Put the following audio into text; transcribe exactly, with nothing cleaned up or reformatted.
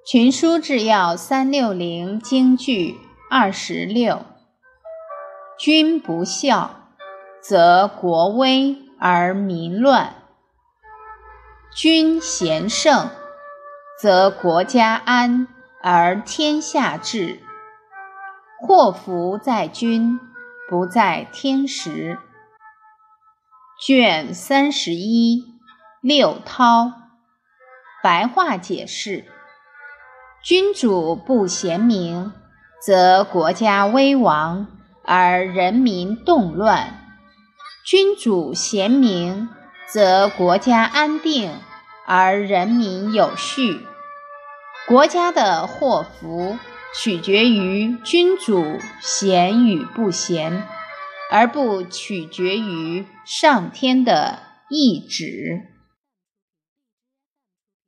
群书治要三六零京剧二十六。君不孝，则国危而民乱；君贤圣，则国家安而天下治。祸福在君，不在天时。卷三十一，六韬。白话解释：君主不贤明，则国家危亡而人民动乱；君主贤明，则国家安定而人民有序。国家的祸福取决于君主贤与不贤，而不取决于上天的意志。